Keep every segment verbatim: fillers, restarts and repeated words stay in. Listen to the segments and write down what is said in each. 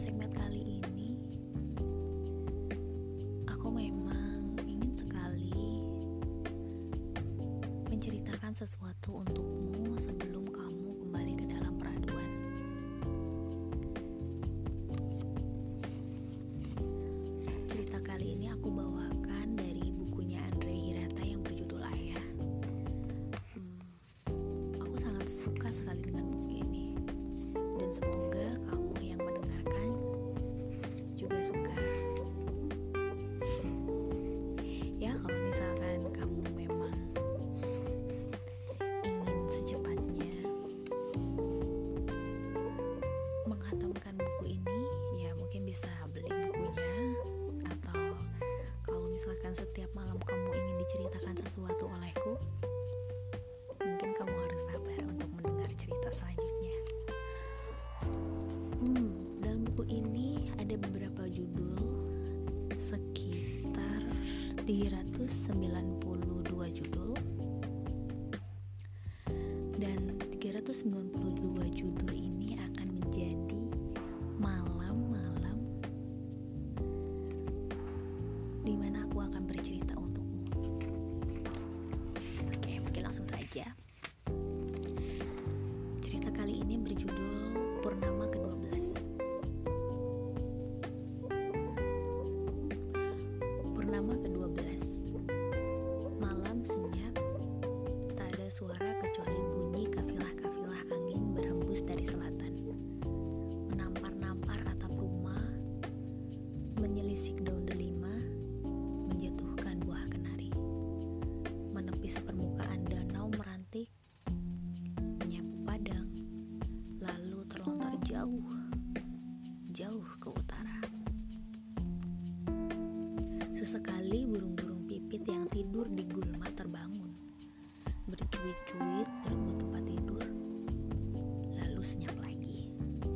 segmen kali ini aku memang ingin sekali menceritakan sesuatu untukmu sebelum kamu kembali ke dalam peraduan. Cerita kali ini aku bawakan dari bukunya Andre Hirata yang berjudul Ayah. Hmm, aku sangat suka sekali dengan buku ini, dan semoga kamu yang mendengarkan juga suka. Ya, kalau misalkan kamu memang ingin secepatnya menghatamkan buku ini, ya mungkin bisa beli bukunya. Atau kalau misalkan setiap malam kamu ingin diceritakan sesuatu olehku, mungkin kamu harus sabar untuk mendengar cerita selanjutnya. Hmm, dalam buku ini ada beberapa judul, sekitar tiga ratus sembilan puluh dua judul, dan tiga ratus sembilan puluh dua judul ini akan menjadi malam-malam di mana aku akan bercerita untukmu. Oke, mungkin langsung saja. Cerita kali ini berjudul Purnama kedua belas. Purnama kedua belas. Malam senyap, tak ada suara kecuali bunyi kafilah-kafilah angin berhembus dari selatan, menampar-nampar atap rumah, menyelisik daun delima, menjatuhkan buah kenari, menepis permukaan danau merantik, menyapu padang, lalu terlontar jauh, jauh ke utara. Sesekali burung-burung pipit yang tidur di gulma terbangun, bercuit-cuit berebut tempat tidur, lalu senyap lagi.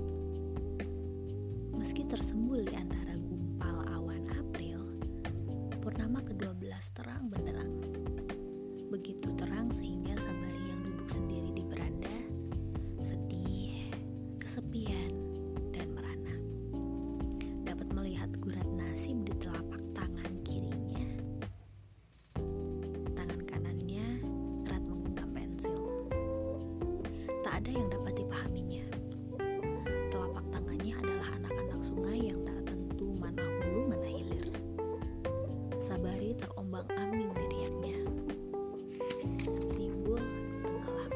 Meski tersembul di antara gumpal awan April, purnama kedua belas terang benderang. Begitu terang sehingga Sabari yang duduk sendiri di beranda, sedih, kesepian, dan merana, dapat melihat gurat nasib di telapak tangan kirinya. Tangan kanannya erat menggenggam pensil. Tak ada yang dapat dipahaminya. Telapak tangannya adalah anak-anak sungai yang tak tentu mana hulu mana hilir. Sabari terombang-ambing di riaknya, timbul, tenggelam.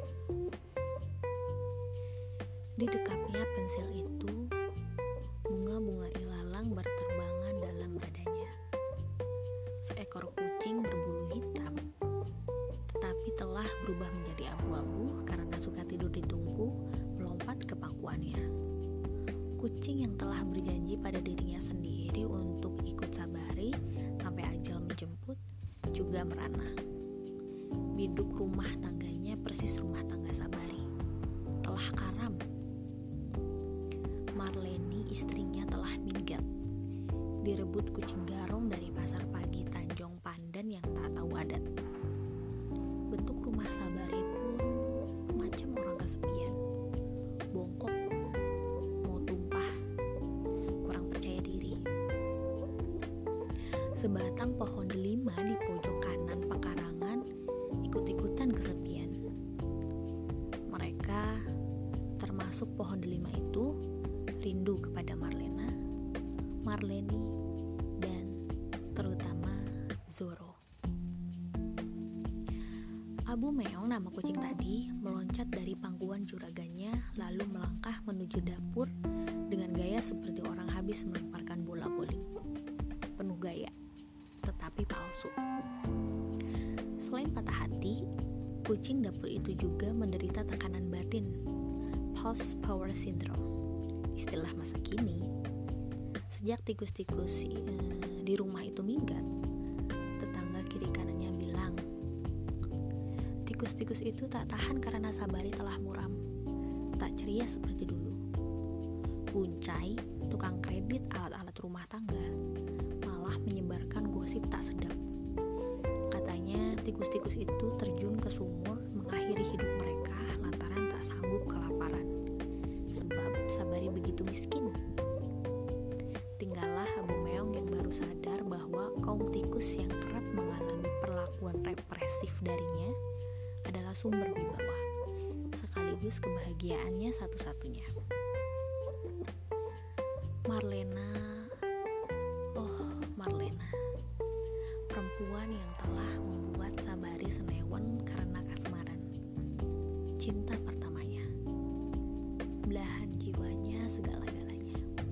Di dekapnya pensil itu, bunga-bunga ilalang berterbangan dalam dadanya. Seekor kucing berbulu hitam, tetapi telah berubah menjadi abu-abu karena suka tidur di tungku, melompat ke pangkuannya. Kucing yang telah berjanji pada dirinya sendiri untuk ikut Sabari sampai ajal menjemput juga merana. Biduk rumah tangganya persis rumah tangga Sabari, telah karam. Marleni istrinya telah minggat, direbut kucing garong dari pasar pagi Tanjung Pandan yang tak tahu adat. Bentuk rumah Sabari pun macam orang kesepian, bongkok, mau tumpah, kurang percaya diri. Sebatang pohon delima di pojok kanan pekarangan ikut-ikutan kesepian. Mereka, termasuk pohon delima itu, rindu kepada Marlena, Marleni, dan terutama Zoro. Abu Meong, nama kucing tadi, meloncat dari pangkuan juragannya lalu melangkah menuju dapur dengan gaya seperti orang habis melemparkan bola bowling. Penuh gaya, tetapi palsu. Selain patah hati, kucing dapur itu juga menderita tekanan batin, post power syndrome, istilah masa kini. Sejak tikus-tikus eh, di rumah itu minggat, tetangga kiri kanannya bilang, tikus-tikus itu tak tahan karena Sabari telah muram, tak ceria seperti dulu. Buncai, tukang kredit alat-alat rumah tangga, malah menyebarkan gosip tak sedap. Katanya tikus-tikus itu terjun ke sumur mengakhiri hidup mereka lantaran tak sanggup kelaparan, sebab Sabari begitu miskin. sekaligus yang kerap mengalami perlakuan represif darinya adalah sumber wibawa, sekaligus kebahagiaannya satu-satunya. Marlena, oh Marlena, perempuan yang telah membuat Sabari senewan karena kasmaran. Cinta pertamanya, belahan jiwanya, segala-galanya.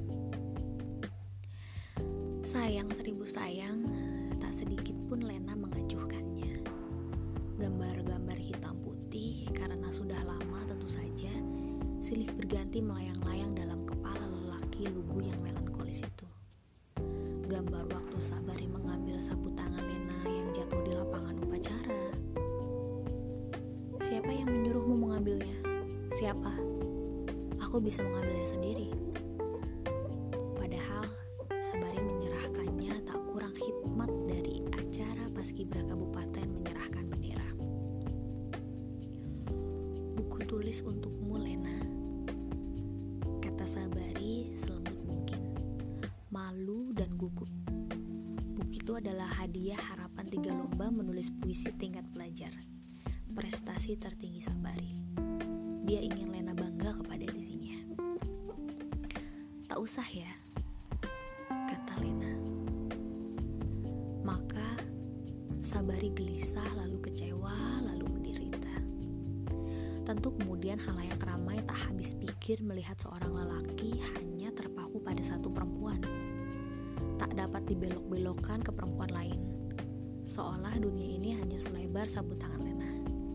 Sayang seribu sayang, tak sedikit pun Lena mengajukannya. Gambar-gambar hitam putih karena sudah lama tentu saja silih berganti melayang-layang dalam kepala lelaki lugu yang melankolis itu. Gambar waktu Sabari mengambil sapu tangan Lena yang jatuh di lapangan upacara. Siapa yang menyuruhmu mengambilnya? Siapa? Aku bisa mengambilnya sendiri. Padahal Sabari menyerahkannya tak kurang khidmat dari acara Paskibraka Kabupaten menyerahkan bendera. Buku tulis untukmu, Lena, kata Sabari selembut mungkin, malu dan gugup. Buku itu adalah hadiah harapan tiga lomba menulis puisi tingkat pelajar, prestasi tertinggi Sabari. Dia ingin Lena bangga kepada dirinya. Tak usah ya, kata Lena. Maka Sabari gelisah, lalu kecewa, lalu menderita. Tentu kemudian halayak ramai tak habis pikir melihat seorang lelaki hanya terpaku pada satu perempuan, tak dapat dibelok-belokkan ke perempuan lain, seolah dunia ini hanya selebar sapu tangan Lena.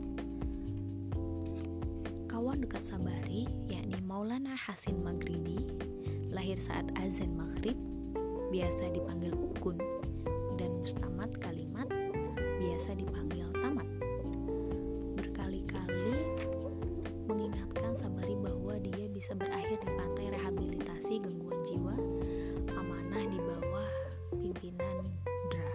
Kawan dekat Sabari, yakni Maulana Hasin Maghribi, lahir saat azan maghrib, biasa dipanggil Ukun, dan Mustamat Kalimat, biasa dipanggil Tamat. Berkali-kali mengingatkan Sabari bahwa dia bisa berakhir di pantai rehabilitasi gangguan jiwa amanah di bawah pimpinan D R A,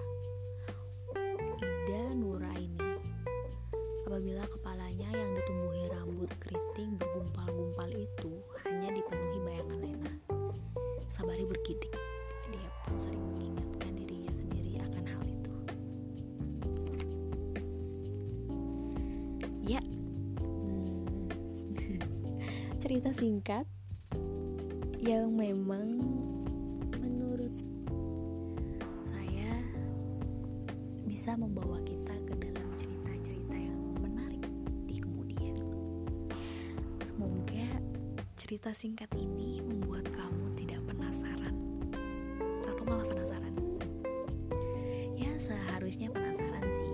Ida Nuraini. Apabila kepalanya yang ditumbuhi rambut keriting bergumpal-gumpal itu hanya dipenuhi bayangan Lena, Sabari bergidik. Dia pun sering mengingatkan dirinya sendiri akan hal itu. Ya, hmm, cerita singkat yang memang menurut saya bisa membawa kita ke dalam cerita-cerita yang menarik di kemudian. Semoga cerita singkat ini membuat kamu tidak penasaran atau malah penasaran. Ya, seharusnya penasaran sih,